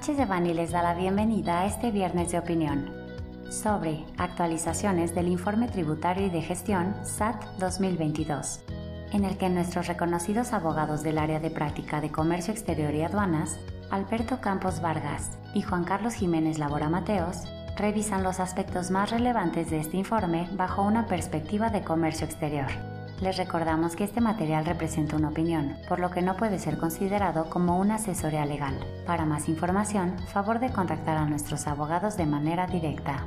Sánchez Devanny les da la bienvenida a este viernes de opinión sobre actualizaciones del Informe Tributario y de Gestión SAT 2022, en el que nuestros reconocidos abogados del área de práctica de Comercio Exterior y Aduanas, Alberto Campos Vargas y Juan Carlos Jiménez Labora Mateos, revisan los aspectos más relevantes de este informe bajo una perspectiva de comercio exterior. Les recordamos que este material representa una opinión, por lo que no puede ser considerado como una asesoría legal. Para más información, favor de contactar a nuestros abogados de manera directa.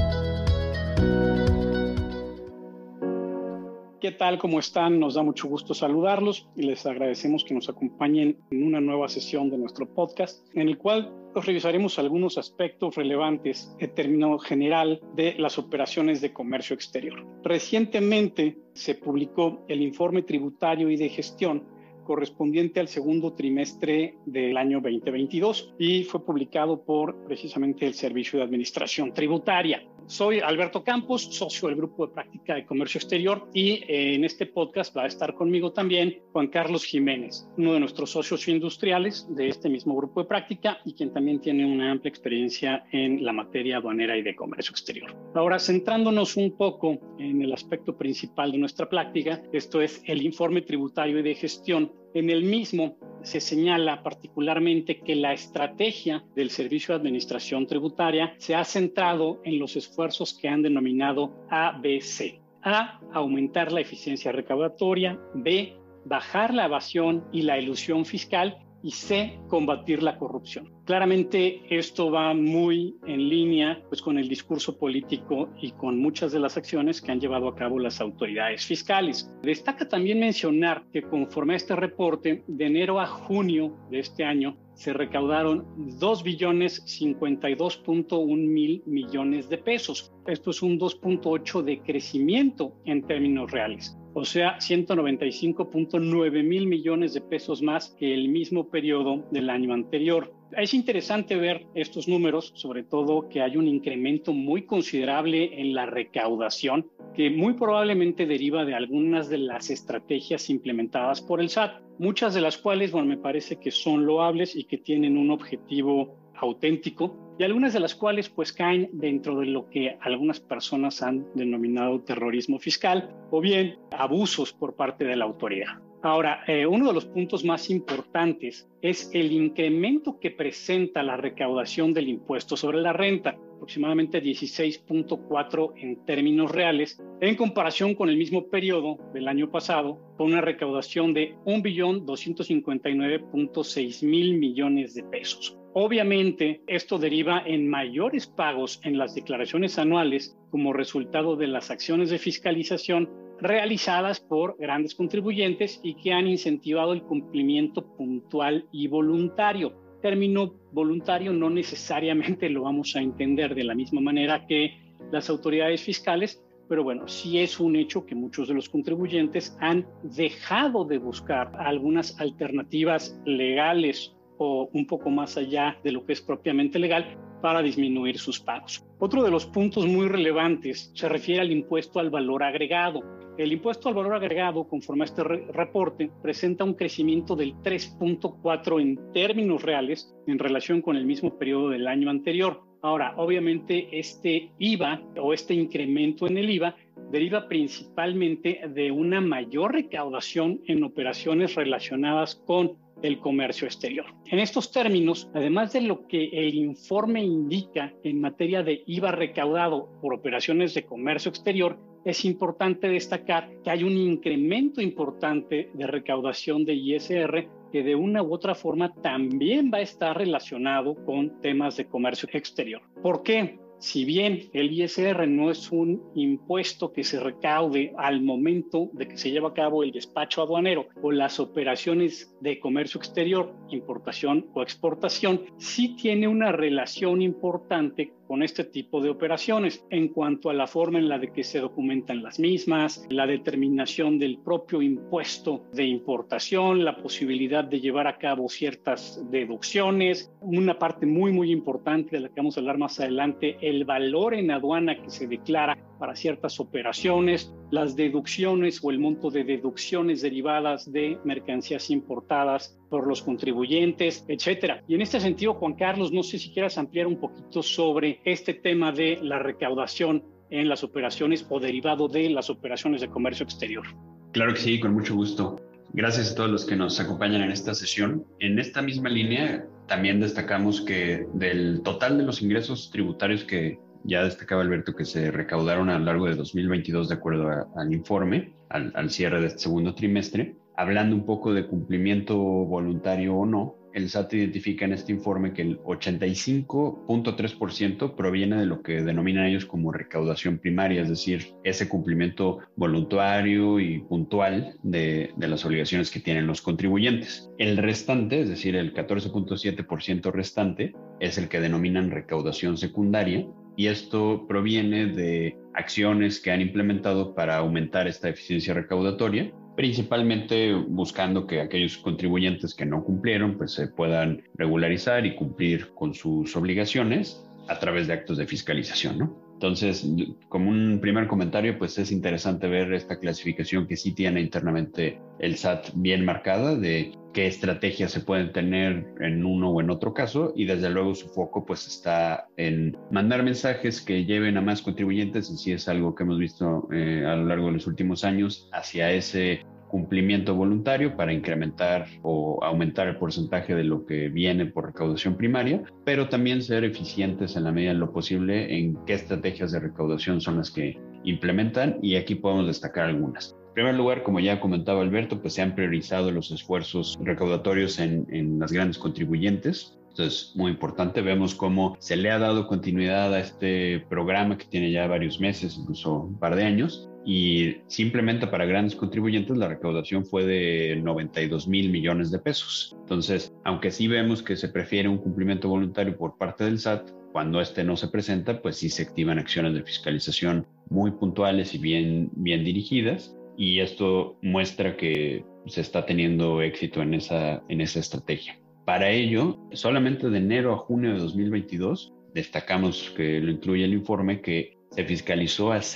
¿Qué tal? ¿Cómo están? Nos da mucho gusto saludarlos y les agradecemos que nos acompañen en una nueva sesión de nuestro podcast, en el cual revisaremos algunos aspectos relevantes en términos general de las operaciones de comercio exterior. Recientemente se publicó el Informe Tributario y de Gestión correspondiente al segundo trimestre del año 2022 y fue publicado por precisamente el Servicio de Administración Tributaria. Soy Alberto Campos, socio del Grupo de Práctica de Comercio Exterior y en este podcast va a estar conmigo también Juan Carlos Jiménez, uno de nuestros socios industriales de este mismo Grupo de Práctica y quien también tiene una amplia experiencia en la materia aduanera y de comercio exterior. Ahora, centrándonos un poco en el aspecto principal de nuestra práctica, esto es el Informe Tributario y de Gestión. En el mismo se señala particularmente que la estrategia del Servicio de Administración Tributaria se ha centrado en los esfuerzos que han denominado ABC. A, aumentar la eficiencia recaudatoria. B, bajar la evasión y la elusión fiscal. Y C, combatir la corrupción. Claramente esto va muy en línea con el discurso político y con muchas de las acciones que han llevado a cabo las autoridades fiscales. Destaca también mencionar que conforme a este reporte, de enero a junio de este año, se recaudaron 2.052.1 mil millones de pesos. Esto es un 2.8% de crecimiento en términos reales. O sea, 195.9 mil millones de pesos más que el mismo periodo del año anterior. Es interesante ver estos números, sobre todo que hay un incremento muy considerable en la recaudación, que muy probablemente deriva de algunas de las estrategias implementadas por el SAT, muchas de las cuales, me parece que son loables y que tienen un objetivo auténtico, y algunas de las cuales caen dentro de lo que algunas personas han denominado terrorismo fiscal o bien abusos por parte de la autoridad. Ahora, uno de los puntos más importantes es el incremento que presenta la recaudación del impuesto sobre la renta, aproximadamente 16.4 en términos reales, en comparación con el mismo periodo del año pasado, con una recaudación de 1.259.6 mil millones de pesos. Obviamente, esto deriva en mayores pagos en las declaraciones anuales como resultado de las acciones de fiscalización realizadas por grandes contribuyentes y que han incentivado el cumplimiento puntual y voluntario. Término voluntario no necesariamente lo vamos a entender de la misma manera que las autoridades fiscales, pero sí es un hecho que muchos de los contribuyentes han dejado de buscar algunas alternativas legales o un poco más allá de lo que es propiamente legal para disminuir sus pagos. Otro de los puntos muy relevantes se refiere al impuesto al valor agregado. El impuesto al valor agregado, conforme a este reporte, presenta un crecimiento del 3.4% en términos reales en relación con el mismo periodo del año anterior. Ahora, obviamente, este IVA o este incremento en el IVA deriva principalmente de una mayor recaudación en operaciones relacionadas con el comercio exterior. En estos términos, además de lo que el informe indica en materia de IVA recaudado por operaciones de comercio exterior, es importante destacar que hay un incremento importante de recaudación de ISR que de una u otra forma también va a estar relacionado con temas de comercio exterior. ¿Por qué? Si bien el ISR no es un impuesto que se recaude al momento de que se lleva a cabo el despacho aduanero o las operaciones de comercio exterior, importación o exportación, sí tiene una relación importante con este tipo de operaciones en cuanto a la forma en la de que se documentan las mismas, la determinación del propio impuesto de importación, la posibilidad de llevar a cabo ciertas deducciones, una parte muy importante de la que vamos a hablar más adelante, el valor en aduana que se declara para ciertas operaciones, las deducciones o el monto de deducciones derivadas de mercancías importadas por los contribuyentes, etcétera. Y en este sentido, Juan Carlos, no sé si quieras ampliar un poquito sobre este tema de la recaudación en las operaciones o derivado de las operaciones de comercio exterior. Claro que sí, con mucho gusto. Gracias a todos los que nos acompañan en esta sesión. En esta misma línea, también destacamos que del total de los ingresos tributarios que ya destacaba Alberto que se recaudaron a lo largo de 2022 de acuerdo al informe, al cierre de este segundo trimestre, hablando un poco de cumplimiento voluntario o no, el SAT identifica en este informe que el 85.3% proviene de lo que denominan ellos como recaudación primaria, es decir, ese cumplimiento voluntario y puntual de las obligaciones que tienen los contribuyentes. El restante, es decir, el 14.7% restante, es el que denominan recaudación secundaria, y esto proviene de acciones que han implementado para aumentar esta eficiencia recaudatoria, principalmente buscando que aquellos contribuyentes que no cumplieron pues se puedan regularizar y cumplir con sus obligaciones a través de actos de fiscalización, ¿no? Entonces, como un primer comentario, pues es interesante ver esta clasificación que sí tiene internamente el SAT bien marcada de qué estrategias se pueden tener en uno o en otro caso, y desde luego su foco pues está en mandar mensajes que lleven a más contribuyentes, y sí es algo que hemos visto a lo largo de los últimos años hacia ese cumplimiento voluntario para incrementar o aumentar el porcentaje de lo que viene por recaudación primaria, pero también ser eficientes en la medida de lo posible en qué estrategias de recaudación son las que implementan, y aquí podemos destacar algunas. En primer lugar, como ya comentaba Alberto, pues se han priorizado los esfuerzos recaudatorios en las grandes contribuyentes. Esto es muy importante. Vemos cómo se le ha dado continuidad a este programa que tiene ya varios meses, incluso un par de años, y simplemente para grandes contribuyentes la recaudación fue de 92,000 millones de pesos. Entonces, aunque sí vemos que se prefiere un cumplimiento voluntario por parte del SAT, cuando este no se presenta, pues sí se activan acciones de fiscalización muy puntuales y bien dirigidas, y esto muestra que se está teniendo éxito en esa estrategia. Para ello, solamente de enero a junio de 2022, destacamos que lo incluye el informe, que se fiscalizó a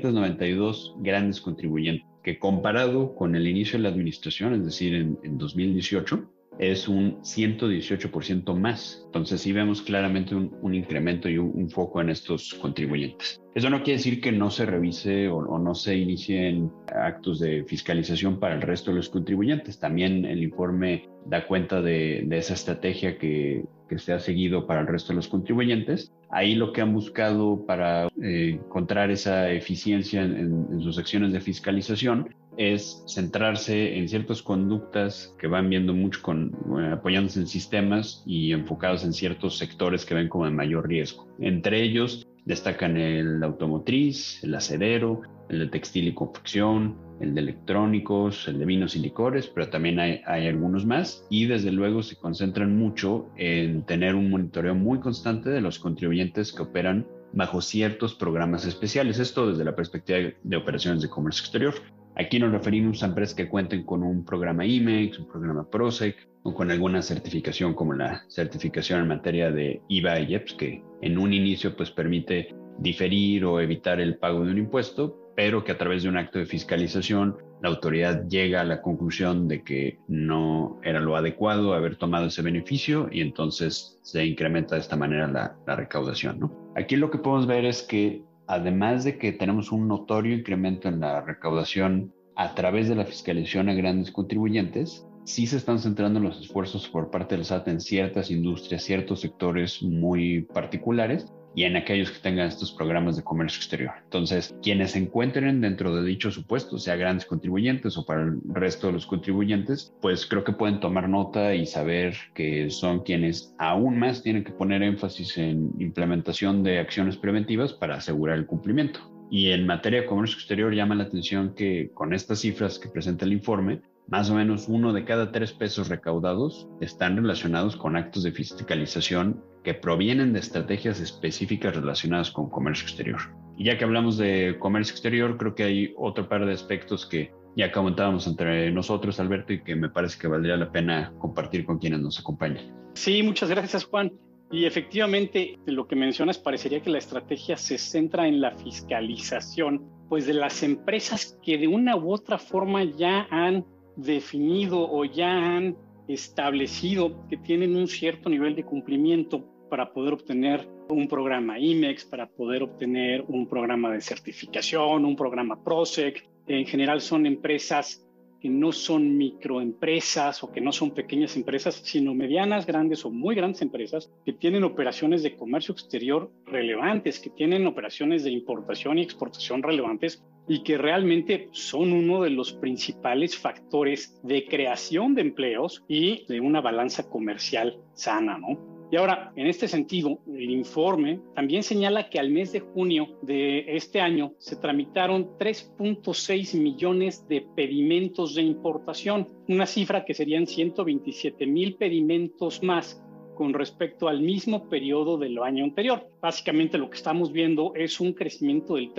692 grandes contribuyentes, que comparado con el inicio de la administración, es decir, en 2018, es un 118% más. Entonces sí vemos claramente un incremento y un foco en estos contribuyentes. Eso no quiere decir que no se revise o no se inicien actos de fiscalización para el resto de los contribuyentes. También el informe da cuenta de esa estrategia que se ha seguido para el resto de los contribuyentes. Ahí lo que han buscado para encontrar esa eficiencia en sus acciones de fiscalización es centrarse en ciertas conductas que van viendo mucho apoyándose en sistemas y enfocados en ciertos sectores que ven como de mayor riesgo. Entre ellos destacan el automotriz, el acerero, el de textil y confección, el de electrónicos, el de vinos y licores, pero también hay algunos más, y desde luego se concentran mucho en tener un monitoreo muy constante de los contribuyentes que operan bajo ciertos programas especiales. Esto desde la perspectiva de operaciones de comercio exterior. Aquí nos referimos a empresas que cuenten con un programa IMEX, un programa PROSEC, o con alguna certificación como la certificación en materia de IVA y IEPS, que en un inicio pues permite diferir o evitar el pago de un impuesto, pero que a través de un acto de fiscalización la autoridad llega a la conclusión de que no era lo adecuado haber tomado ese beneficio, y entonces se incrementa de esta manera la recaudación, ¿no? Aquí lo que podemos ver es que además de que tenemos un notorio incremento en la recaudación a través de la fiscalización a grandes contribuyentes, sí se están centrando los esfuerzos por parte del SAT en ciertas industrias, ciertos sectores muy particulares, y en aquellos que tengan estos programas de comercio exterior. Entonces, quienes se encuentren dentro de dicho supuesto, sea grandes contribuyentes o para el resto de los contribuyentes, pues creo que pueden tomar nota y saber que son quienes aún más tienen que poner énfasis en implementación de acciones preventivas para asegurar el cumplimiento. Y en materia de comercio exterior llama la atención que con estas cifras que presenta el informe, más o menos 1 de cada 3 pesos recaudados están relacionados con actos de fiscalización que provienen de estrategias específicas relacionadas con comercio exterior. Y ya que hablamos de comercio exterior, creo que hay otro par de aspectos que ya comentábamos entre nosotros, Alberto, y que me parece que valdría la pena compartir con quienes nos acompañan. Sí, muchas gracias, Juan. Y efectivamente, de lo que mencionas, parecería que la estrategia se centra en la fiscalización, pues de las empresas que de una u otra forma ya han definido o ya han establecido que tienen un cierto nivel de cumplimiento para poder obtener un programa IMEX, para poder obtener un programa de certificación, un programa PROSEC. En general son empresas que no son microempresas o que no son pequeñas empresas, sino medianas, grandes o muy grandes empresas que tienen operaciones de comercio exterior relevantes, que tienen operaciones de importación y exportación relevantes y que realmente son uno de los principales factores de creación de empleos y de una balanza comercial sana, ¿no? Y ahora, en este sentido, el informe también señala que al mes de junio de este año se tramitaron 3.6 millones de pedimentos de importación, una cifra que serían 127,000 pedimentos más con respecto al mismo periodo del año anterior. Básicamente lo que estamos viendo es un crecimiento del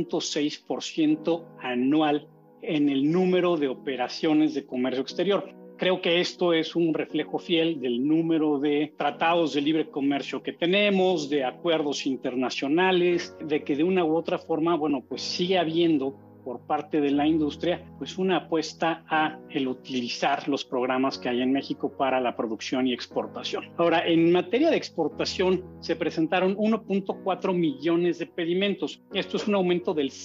3.6% anual en el número de operaciones de comercio exterior. Creo que esto es un reflejo fiel del número de tratados de libre comercio que tenemos, de acuerdos internacionales, de que de una u otra forma, pues sigue habiendo por parte de la industria, pues una apuesta a el utilizar los programas que hay en México para la producción y exportación. Ahora, en materia de exportación, se presentaron 1.4 millones de pedimentos. Esto es un aumento del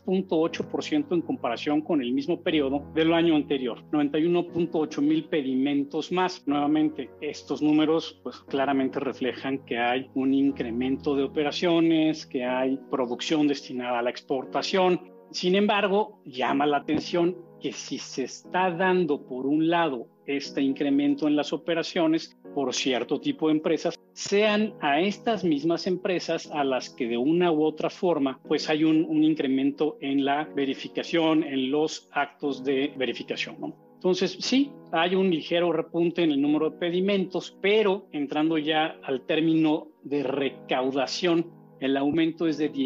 6.8% en comparación con el mismo periodo del año anterior. 91.8 mil pedimentos más. Nuevamente, estos números pues claramente reflejan que hay un incremento de operaciones, que hay producción destinada a la exportación. Sin embargo, llama la atención que si se está dando por un lado este incremento en las operaciones por cierto tipo de empresas, sean a estas mismas empresas a las que de una u otra forma pues hay un incremento en la verificación, en los actos de verificación, ¿no? Entonces, sí, hay un ligero repunte en el número de pedimentos, pero entrando ya al término de recaudación, el aumento es de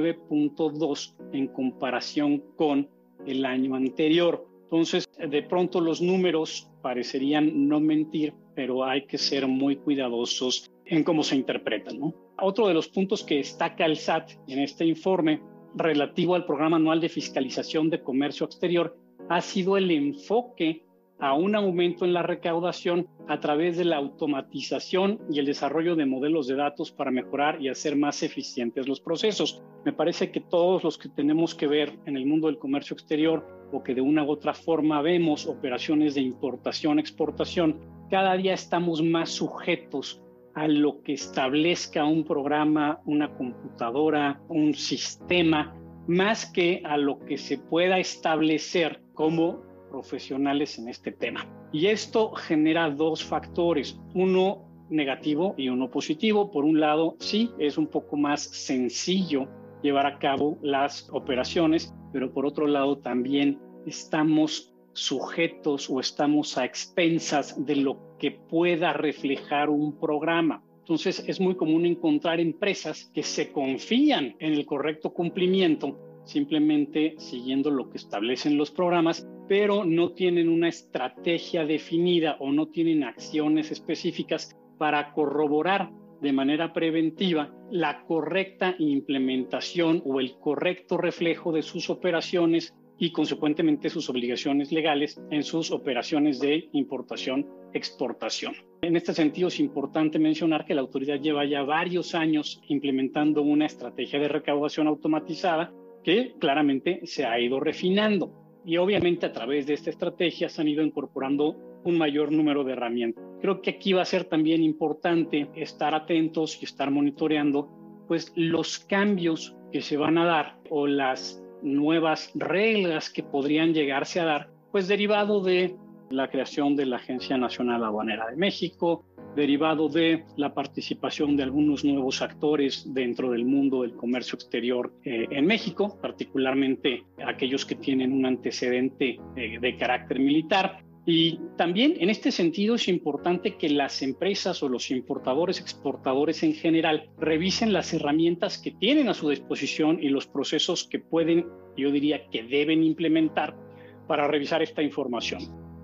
19.2 en comparación con el año anterior. Entonces, de pronto los números parecerían no mentir, pero hay que ser muy cuidadosos en cómo se interpretan, ¿no? Otro de los puntos que destaca el SAT en este informe relativo al Programa Anual de Fiscalización de Comercio Exterior ha sido el enfoque a un aumento en la recaudación a través de la automatización y el desarrollo de modelos de datos para mejorar y hacer más eficientes los procesos. Me parece que todos los que tenemos que ver en el mundo del comercio exterior o que de una u otra forma vemos operaciones de importación, exportación, cada día estamos más sujetos a lo que establezca un programa, una computadora, un sistema, más que a lo que se pueda establecer como profesionales en este tema. Y esto genera dos factores, uno negativo y uno positivo. Por un lado, sí, es un poco más sencillo llevar a cabo las operaciones, pero por otro lado también estamos sujetos o estamos a expensas de lo que pueda reflejar un programa. Entonces es muy común encontrar empresas que se confían en el correcto cumplimiento, simplemente siguiendo lo que establecen los programas, pero no tienen una estrategia definida o no tienen acciones específicas para corroborar de manera preventiva la correcta implementación o el correcto reflejo de sus operaciones y consecuentemente sus obligaciones legales en sus operaciones de importación-exportación. En este sentido es importante mencionar que la autoridad lleva ya varios años implementando una estrategia de recaudación automatizada que claramente se ha ido refinando. Y obviamente a través de esta estrategia se han ido incorporando un mayor número de herramientas. Creo que aquí va a ser también importante estar atentos y estar monitoreando pues los cambios que se van a dar o las nuevas reglas que podrían llegarse a dar, pues derivado de la creación de la Agencia Nacional Aduanera de México, derivado de la participación de algunos nuevos actores dentro del mundo del comercio exterior en México, particularmente aquellos que tienen un antecedente de carácter militar. Y también en este sentido es importante que las empresas o los importadores, exportadores en general, revisen las herramientas que tienen a su disposición y los procesos que pueden, yo diría que deben implementar para revisar esta información.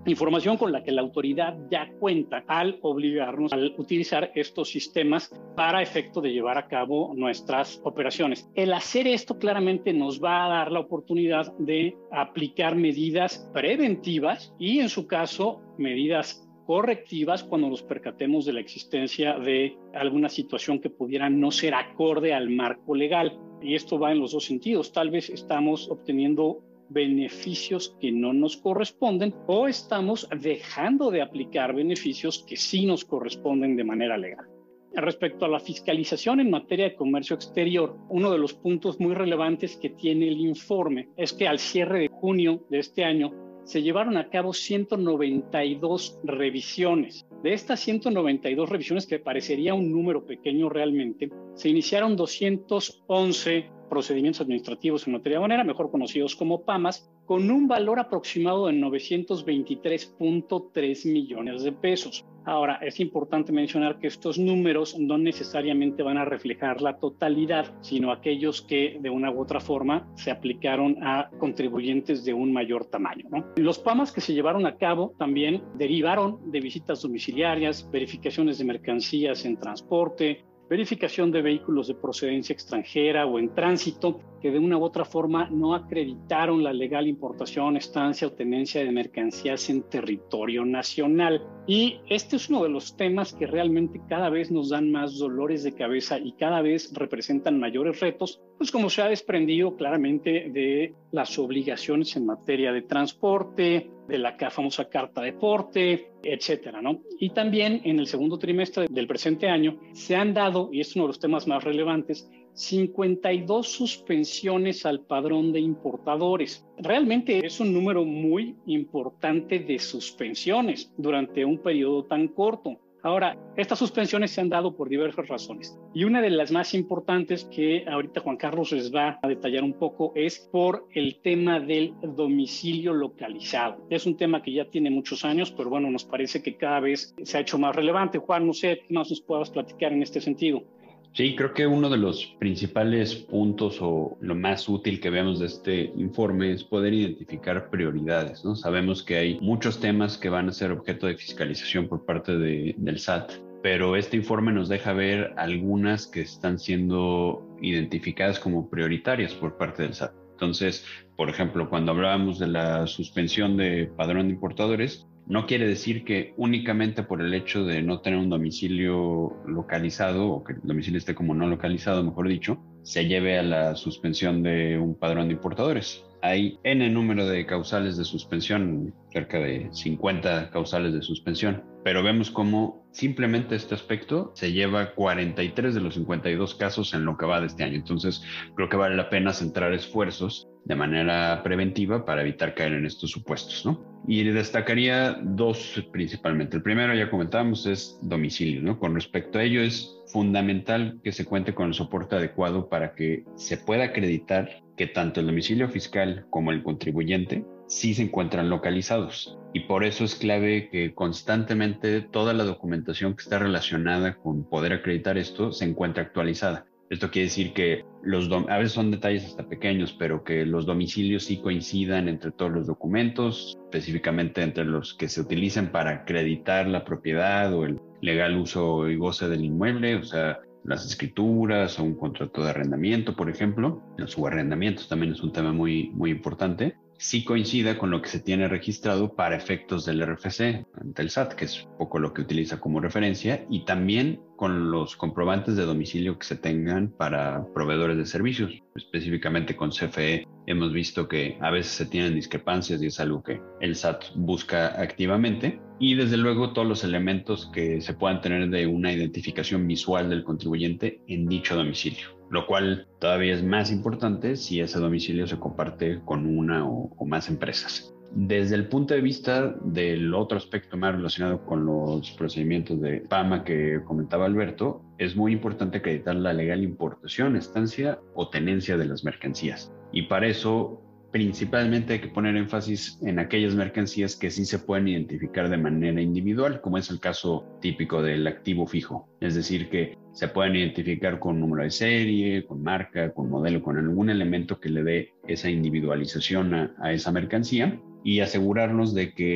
Información con la que la autoridad ya cuenta al obligarnos a utilizar estos sistemas para efecto de llevar a cabo nuestras operaciones. El hacer esto claramente nos va a dar la oportunidad de aplicar medidas preventivas y, en su caso, medidas correctivas cuando nos percatemos de la existencia de alguna situación que pudiera no ser acorde al marco legal. Y esto va en los dos sentidos. Tal vez estamos obteniendo beneficios que no nos corresponden o estamos dejando de aplicar beneficios que sí nos corresponden de manera legal. Respecto a la fiscalización en materia de comercio exterior, uno de los puntos muy relevantes que tiene el informe es que al cierre de junio de este año se llevaron a cabo 192 revisiones. De estas 192 revisiones, que parecería un número pequeño realmente, se iniciaron 211 procedimientos administrativos en materia aduanera, mejor conocidos como PAMAS, con un valor aproximado de 923.3 millones de pesos. Ahora, es importante mencionar que estos números no necesariamente van a reflejar la totalidad, sino aquellos que de una u otra forma se aplicaron a contribuyentes de un mayor tamaño, ¿no? Los PAMAS que se llevaron a cabo también derivaron de visitas domiciliarias, verificaciones de mercancías en transporte, verificación de vehículos de procedencia extranjera o en tránsito que de una u otra forma no acreditaron la legal importación, estancia o tenencia de mercancías en territorio nacional. Y este es uno de los temas que realmente cada vez nos dan más dolores de cabeza y cada vez representan mayores retos, pues como se ha desprendido claramente de las obligaciones en materia de transporte, de la famosa carta de porte, etcétera, ¿no? Y también en el segundo trimestre del presente año se han dado, y es uno de los temas más relevantes, 52 suspensiones al padrón de importadores. Realmente es un número muy importante de suspensiones durante un periodo tan corto. Ahora, estas suspensiones se han dado por diversas razones y una de las más importantes que ahorita Juan Carlos les va a detallar un poco es por el tema del domicilio localizado. Es un tema que ya tiene muchos años, pero bueno, nos parece que cada vez se ha hecho más relevante. Juan, no sé qué más nos puedas platicar en este sentido. Sí, creo que uno de los principales puntos o lo más útil que vemos de este informe es poder identificar prioridades, ¿no? Sabemos que hay muchos temas que van a ser objeto de fiscalización por parte del SAT, pero este informe nos deja ver algunas que están siendo identificadas como prioritarias por parte del SAT. Entonces, por ejemplo, cuando hablábamos de la suspensión de padrón de importadores, no quiere decir que únicamente por el hecho de no tener un domicilio localizado o que el domicilio esté como no localizado, mejor dicho, se lleve a la suspensión de un padrón de importadores. Hay N número de causales de suspensión, cerca de 50 causales de suspensión, pero vemos cómo simplemente este aspecto se lleva 43 de los 52 casos en lo que va de este año. Entonces, creo que vale la pena centrar esfuerzos de manera preventiva para evitar caer en estos supuestos, ¿no? Y destacaría dos principalmente. El primero, ya comentábamos, es domicilio, ¿no? Con respecto a ello, es fundamental que se cuente con el soporte adecuado para que se pueda acreditar que tanto el domicilio fiscal como el contribuyente sí se encuentran localizados. Y por eso es clave que constantemente toda la documentación que está relacionada con poder acreditar esto se encuentre actualizada. Esto quiere decir que a veces son detalles hasta pequeños, pero que los domicilios sí coincidan entre todos los documentos, específicamente entre los que se utilicen para acreditar la propiedad o el legal uso y goce del inmueble, o sea, las escrituras o un contrato de arrendamiento, por ejemplo. Los subarrendamientos también es un tema muy, muy importante. Sí coincida con lo que se tiene registrado para efectos del RFC ante el SAT, que es un poco lo que utiliza como referencia, y también con los comprobantes de domicilio que se tengan para proveedores de servicios. Específicamente con CFE hemos visto que a veces se tienen discrepancias y es algo que el SAT busca activamente. Y desde luego todos los elementos que se puedan tener de una identificación visual del contribuyente en dicho domicilio, lo cual todavía es más importante si ese domicilio se comparte con una o más empresas. Desde el punto de vista del otro aspecto más relacionado con los procedimientos de PAMA que comentaba Alberto, es muy importante acreditar la legal importación, estancia o tenencia de las mercancías. Y para eso, principalmente hay que poner énfasis en aquellas mercancías que sí se pueden identificar de manera individual, como es el caso típico del activo fijo. Es decir, que se pueden identificar con número de serie, con marca, con modelo, con algún elemento que le dé esa individualización a esa mercancía y asegurarnos de que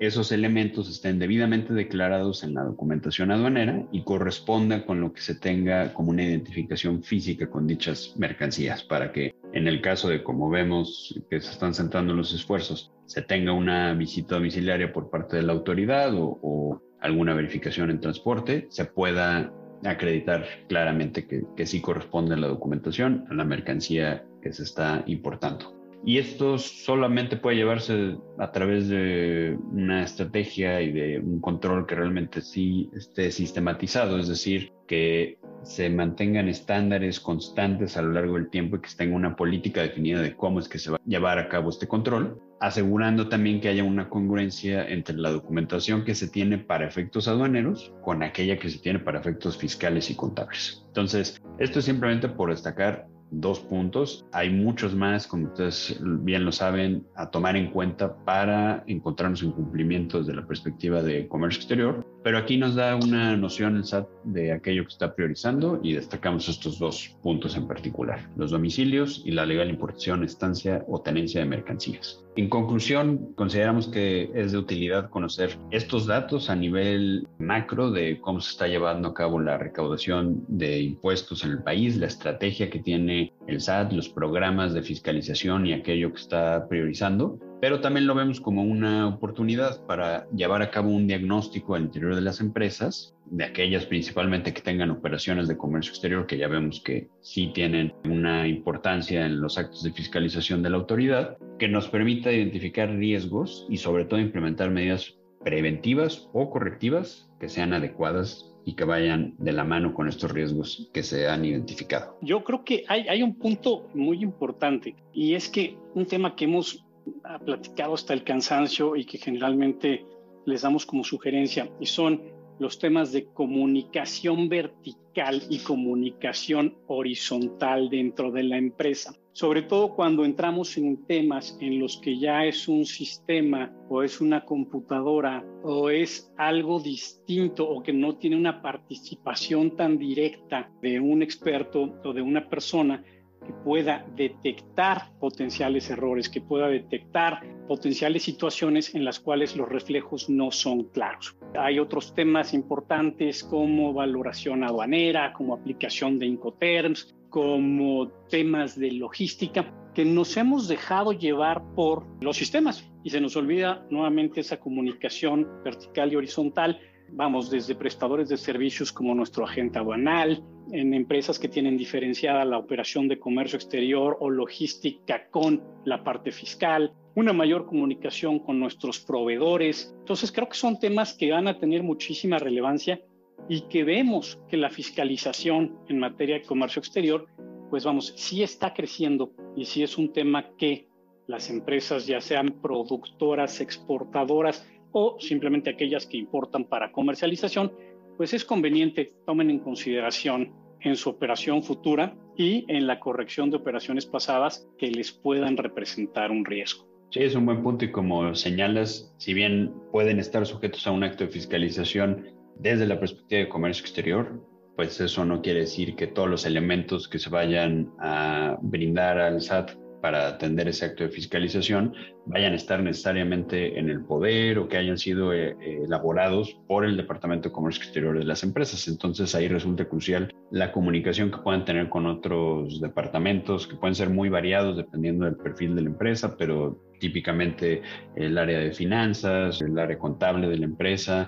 esos elementos estén debidamente declarados en la documentación aduanera y corresponda con lo que se tenga como una identificación física con dichas mercancías, para que en el caso de, como vemos que se están centrando los esfuerzos, se tenga una visita domiciliaria por parte de la autoridad o alguna verificación en transporte, se pueda acreditar claramente que sí corresponde la documentación a la mercancía que se está importando. Y esto solamente puede llevarse a través de una estrategia y de un control que realmente sí esté sistematizado, es decir, que se mantengan estándares constantes a lo largo del tiempo y que se tenga una política definida de cómo es que se va a llevar a cabo este control, asegurando también que haya una congruencia entre la documentación que se tiene para efectos aduaneros con aquella que se tiene para efectos fiscales y contables. Entonces, esto es simplemente por destacar 2 puntos. Hay muchos más, como ustedes bien lo saben, a tomar en cuenta para encontrarnos en cumplimiento desde la perspectiva de comercio exterior, pero aquí nos da una noción el SAT de aquello que está priorizando y destacamos estos 2 puntos en particular: los domicilios y la legal importación, estancia o tenencia de mercancías. En conclusión, consideramos que es de utilidad conocer estos datos a nivel macro de cómo se está llevando a cabo la recaudación de impuestos en el país, la estrategia que tiene el SAT, los programas de fiscalización y aquello que está priorizando, pero también lo vemos como una oportunidad para llevar a cabo un diagnóstico al interior de las empresas, de aquellas principalmente que tengan operaciones de comercio exterior, que ya vemos que sí tienen una importancia en los actos de fiscalización de la autoridad, que nos permita identificar riesgos y sobre todo implementar medidas preventivas o correctivas que sean adecuadas y que vayan de la mano con estos riesgos que se han identificado. Yo creo que hay un punto muy importante, y es que un tema que hemos platicado hasta el cansancio y que generalmente les damos como sugerencia, y son los temas de comunicación vertical y comunicación horizontal dentro de la empresa. Sobre todo cuando entramos en temas en los que ya es un sistema o es una computadora o es algo distinto o que no tiene una participación tan directa de un experto o de una persona que pueda detectar potenciales errores, que pueda detectar potenciales situaciones en las cuales los reflejos no son claros. Hay otros temas importantes como valoración aduanera, como aplicación de Incoterms, como temas de logística, que nos hemos dejado llevar por los sistemas y se nos olvida nuevamente esa comunicación vertical y horizontal. Vamos desde prestadores de servicios como nuestro agente aduanal, en empresas que tienen diferenciada la operación de comercio exterior o logística con la parte fiscal, una mayor comunicación con nuestros proveedores. Entonces creo que son temas que van a tener muchísima relevancia y que vemos que la fiscalización en materia de comercio exterior, pues vamos, sí está creciendo y sí es un tema que las empresas, ya sean productoras, exportadoras o simplemente aquellas que importan para comercialización, pues es conveniente tomen en consideración en su operación futura y en la corrección de operaciones pasadas que les puedan representar un riesgo. Sí, es un buen punto y como señalas, si bien pueden estar sujetos a un acto de fiscalización desde la perspectiva de comercio exterior, pues eso no quiere decir que todos los elementos que se vayan a brindar al SAT para atender ese acto de fiscalización vayan a estar necesariamente en el poder o que hayan sido elaborados por el Departamento de Comercio Exterior de las empresas. Entonces ahí resulta crucial la comunicación que puedan tener con otros departamentos que pueden ser muy variados dependiendo del perfil de la empresa, pero típicamente el área de finanzas, el área contable de la empresa,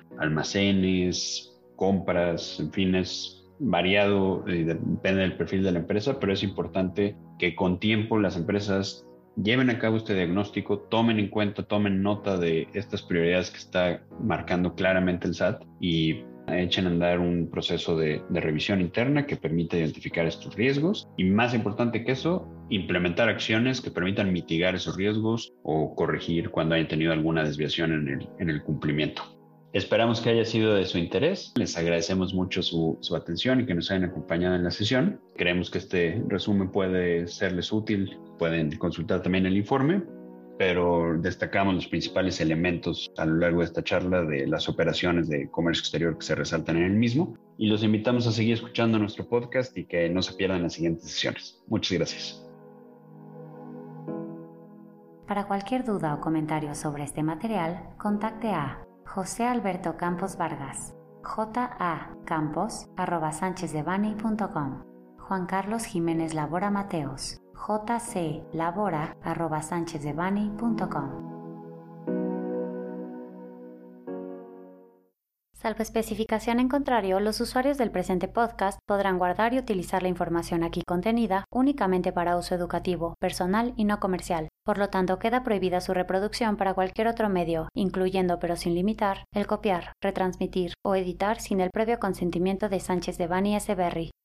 almacenes, compras, en fin, es variado y depende del perfil de la empresa, pero es importante que con tiempo las empresas lleven a cabo este diagnóstico, tomen en cuenta, tomen nota de estas prioridades que está marcando claramente el SAT y echen a andar un proceso de revisión interna que permita identificar estos riesgos y, más importante que eso, implementar acciones que permitan mitigar esos riesgos o corregir cuando hayan tenido alguna desviación en el cumplimiento. Esperamos que haya sido de su interés. Les agradecemos mucho su atención y que nos hayan acompañado en la sesión. Creemos que este resumen puede serles útil. Pueden consultar también el informe, pero destacamos los principales elementos a lo largo de esta charla de las operaciones de comercio exterior que se resaltan en el mismo. Y los invitamos a seguir escuchando nuestro podcast y que no se pierdan las siguientes sesiones. Muchas gracias. Para cualquier duda o comentario sobre este material, contacte a José Alberto Campos Vargas, jacampos@sanchezdevani.com, Juan Carlos Jiménez Labora Mateos, jclabora@sanchezdevani.com. Salvo especificación en contrario, los usuarios del presente podcast podrán guardar y utilizar la información aquí contenida únicamente para uso educativo, personal y no comercial. Por lo tanto, queda prohibida su reproducción para cualquier otro medio, incluyendo pero sin limitar, el copiar, retransmitir o editar sin el previo consentimiento de Sánchez Devanny S. Berry.